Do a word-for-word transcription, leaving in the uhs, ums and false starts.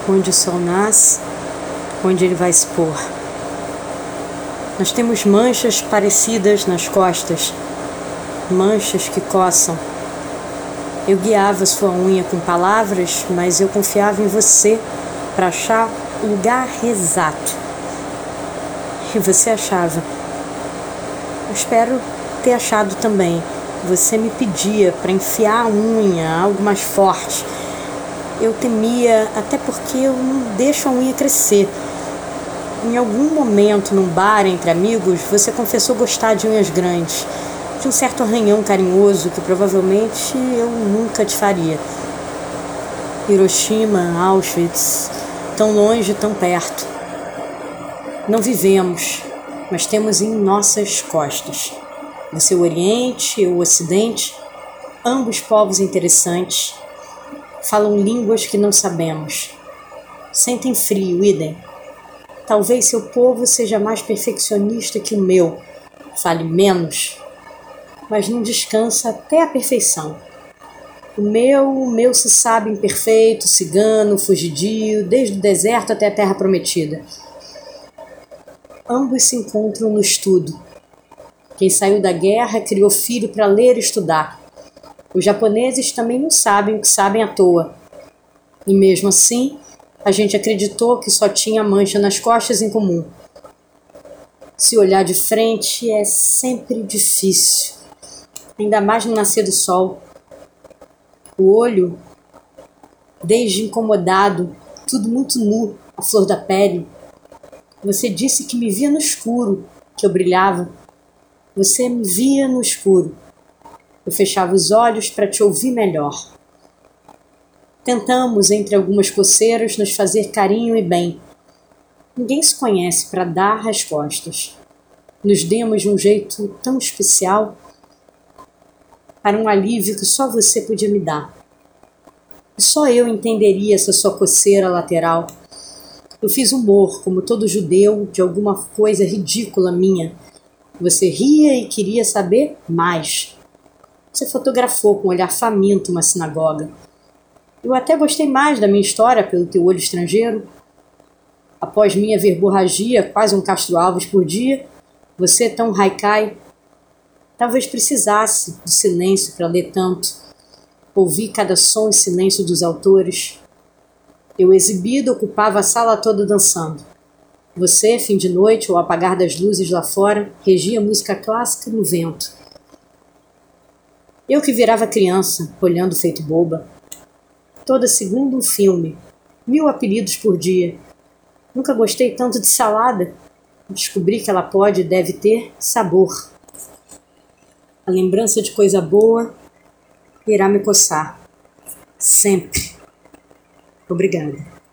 onde o sol nasce, onde ele vai se pôr. Nós temos manchas parecidas nas costas, manchas que coçam. Eu guiava sua unha com palavras, mas eu confiava em você para achar o lugar exato. E você achava. Eu espero ter achado também. Você me pedia para enfiar a unha, algo mais forte. Eu temia, até porque eu não deixo a unha crescer. Em algum momento, num bar entre amigos, você confessou gostar de unhas grandes, de um certo arranhão carinhoso que provavelmente eu nunca te faria. Hiroshima, Auschwitz, tão longe, tão perto. Não vivemos, mas temos em nossas costas. Você o Oriente, eu o Ocidente, ambos povos interessantes, falam línguas que não sabemos. Sentem frio, idem. Talvez seu povo seja mais perfeccionista que o meu, fale menos, mas não descansa até a perfeição. O meu, o meu se sabe imperfeito, cigano, fugidio, desde o deserto até a terra prometida. Ambos se encontram no estudo. Quem saiu da guerra criou filho para ler e estudar. Os japoneses também não sabem o que sabem à toa. E mesmo assim, a gente acreditou que só tinha mancha nas costas em comum. Se olhar de frente é sempre difícil, ainda mais no nascer do sol. O olho, desde incomodado, tudo muito nu, a flor da pele. Você disse que me via no escuro, que eu brilhava. Você me via no escuro. Eu fechava os olhos para te ouvir melhor. Tentamos, entre algumas coceiras, nos fazer carinho e bem. Ninguém se conhece para dar respostas. Nos demos de um jeito tão especial para um alívio que só você podia me dar. E só eu entenderia essa sua coceira lateral. Eu fiz humor, como todo judeu, de alguma coisa ridícula minha. Você ria e queria saber mais. Você fotografou com um olhar faminto uma sinagoga. Eu até gostei mais da minha história pelo teu olho estrangeiro. Após minha verborragia, quase um Castro Alves por dia, você tão haikai. Talvez precisasse do silêncio para ler tanto. Ouvi cada som e silêncio dos autores. Eu, exibido, ocupava a sala toda dançando. Você, fim de noite, ou apagar das luzes lá fora, regia música clássica no vento. Eu que virava criança, olhando feito boba. Toda segunda um filme, mil apelidos por dia. Nunca gostei tanto de salada. Descobri que ela pode e deve ter sabor. A lembrança de coisa boa irá me coçar. Sempre. Obrigada.